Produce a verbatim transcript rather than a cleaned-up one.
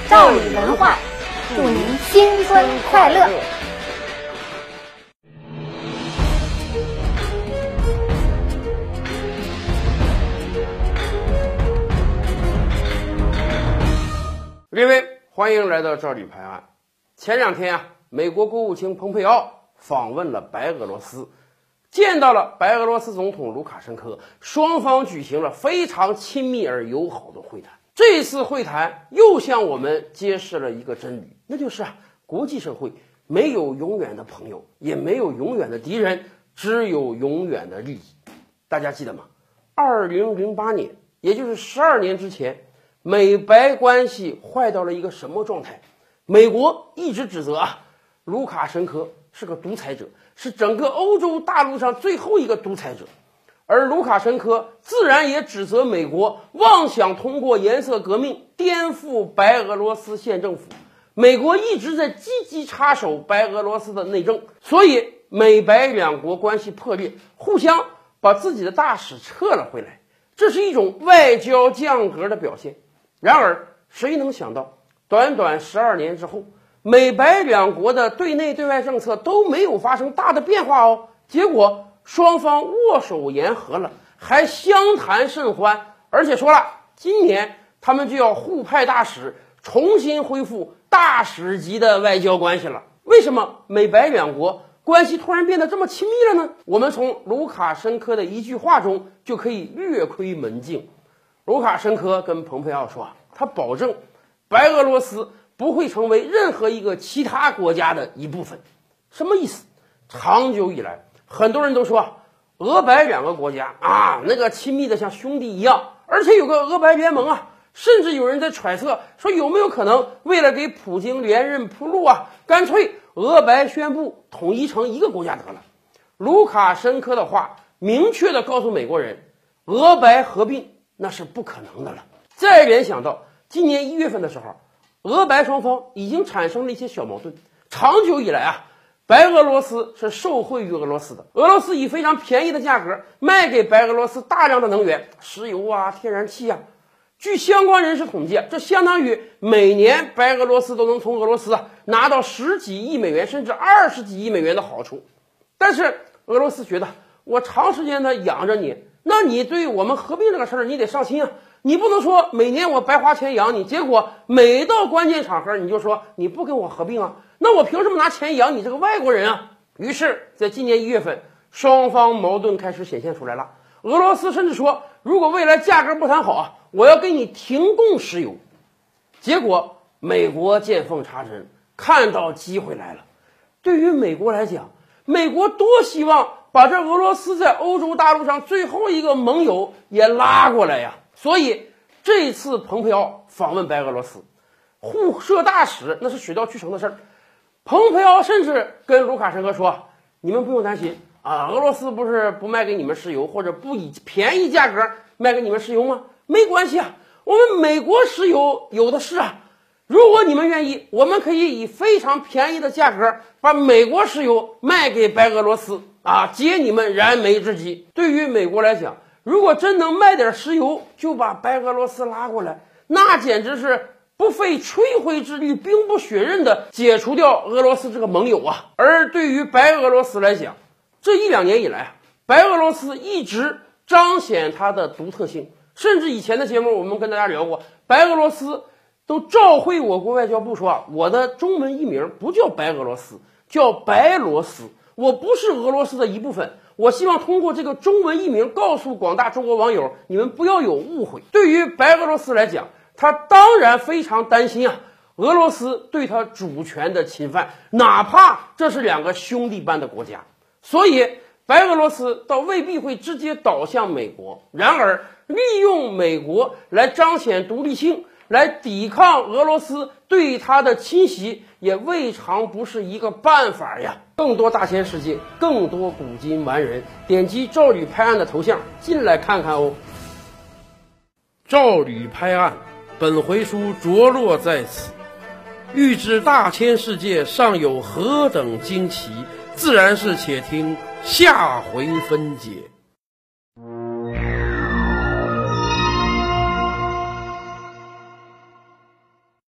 赵宇文化，祝您新春快乐！ 各位，欢迎来到赵吕拍案。前两天啊，美国国务卿蓬佩奥访问了白俄罗斯，见到了白俄罗斯总统卢卡申科，双方举行了非常亲密而友好的会谈。这次会谈又向我们揭示了一个真理，那就是啊，国际社会没有永远的朋友，也没有永远的敌人，只有永远的利益。大家记得吗？二零零八年，也就是十二年之前，美白关系坏到了一个什么状态？美国一直指责啊，卢卡申科是个独裁者，是整个欧洲大陆上最后一个独裁者。而卢卡申科自然也指责美国妄想通过颜色革命颠覆白俄罗斯县政府。美国一直在积极插手白俄罗斯的内政，所以美白两国关系破裂，互相把自己的大使撤了回来，这是一种外交降格的表现。然而谁能想到，短短十二年之后，美白两国的对内对外政策都没有发生大的变化哦。结果双方握手言和了，还相谈甚欢，而且说了今年他们就要互派大使，重新恢复大使级的外交关系了。为什么美白两国关系突然变得这么亲密了呢？我们从卢卡申科的一句话中就可以略窥门径。卢卡申科跟蓬佩奥说，他保证白俄罗斯不会成为任何一个其他国家的一部分。什么意思？长久以来，很多人都说俄白两个国家啊，那个亲密的像兄弟一样，而且有个俄白联盟啊，甚至有人在揣测说，有没有可能为了给普京连任铺路啊，干脆俄白宣布统一成一个国家得了。卢卡申科的话明确地告诉美国人，俄白合并那是不可能的了。再联想到今年一月份的时候，俄白双方已经产生了一些小矛盾。长久以来啊，白俄罗斯是受惠于俄罗斯的，俄罗斯以非常便宜的价格卖给白俄罗斯大量的能源，石油啊、天然气啊。据相关人士统计，这相当于每年白俄罗斯都能从俄罗斯啊拿到十几亿美元甚至二十几亿美元的好处。但是俄罗斯觉得，我长时间的养着你，那你对我们合并这个事儿你得上心啊，你不能说每年我白花钱养你，结果每到关键场合你就说你不跟我合并啊，那我凭什么拿钱养你这个外国人啊？于是在今年一月份，双方矛盾开始显现出来了。俄罗斯甚至说，如果未来价格不谈好啊，我要给你停供石油。结果美国见缝插针，看到机会来了。对于美国来讲，美国多希望把这俄罗斯在欧洲大陆上最后一个盟友也拉过来呀。所以这次蓬佩奥访问白俄罗斯，互设大使那是水到渠成的事儿。蓬佩奥甚至跟卢卡申科说，你们不用担心啊，俄罗斯不是不卖给你们石油，或者不以便宜价格卖给你们石油吗？没关系啊，我们美国石油有的是啊。如果你们愿意，我们可以以非常便宜的价格把美国石油卖给白俄罗斯啊，解你们燃眉之急。对于美国来讲，如果真能卖点石油就把白俄罗斯拉过来，那简直是不费吹灰之力兵不血刃的解除掉俄罗斯这个盟友啊。而对于白俄罗斯来讲，这一两年以来啊，白俄罗斯一直彰显它的独特性，甚至以前的节目我们跟大家聊过，白俄罗斯都照会我国外交部说啊，我的中文译名不叫白俄罗斯，叫白罗斯，我不是俄罗斯的一部分。我希望通过这个中文译名告诉广大中国网友，你们不要有误会。对于白俄罗斯来讲，他当然非常担心啊，俄罗斯对他主权的侵犯，哪怕这是两个兄弟般的国家。所以白俄罗斯倒未必会直接倒向美国，然而利用美国来彰显独立性，来抵抗俄罗斯对他的侵袭，也未尝不是一个办法呀。更多大千世界，更多古今完人，点击赵吕拍案的头像进来看看哦。赵吕拍案，本回书着落在此。欲知大千世界尚有何等惊奇，自然是且听下回分解。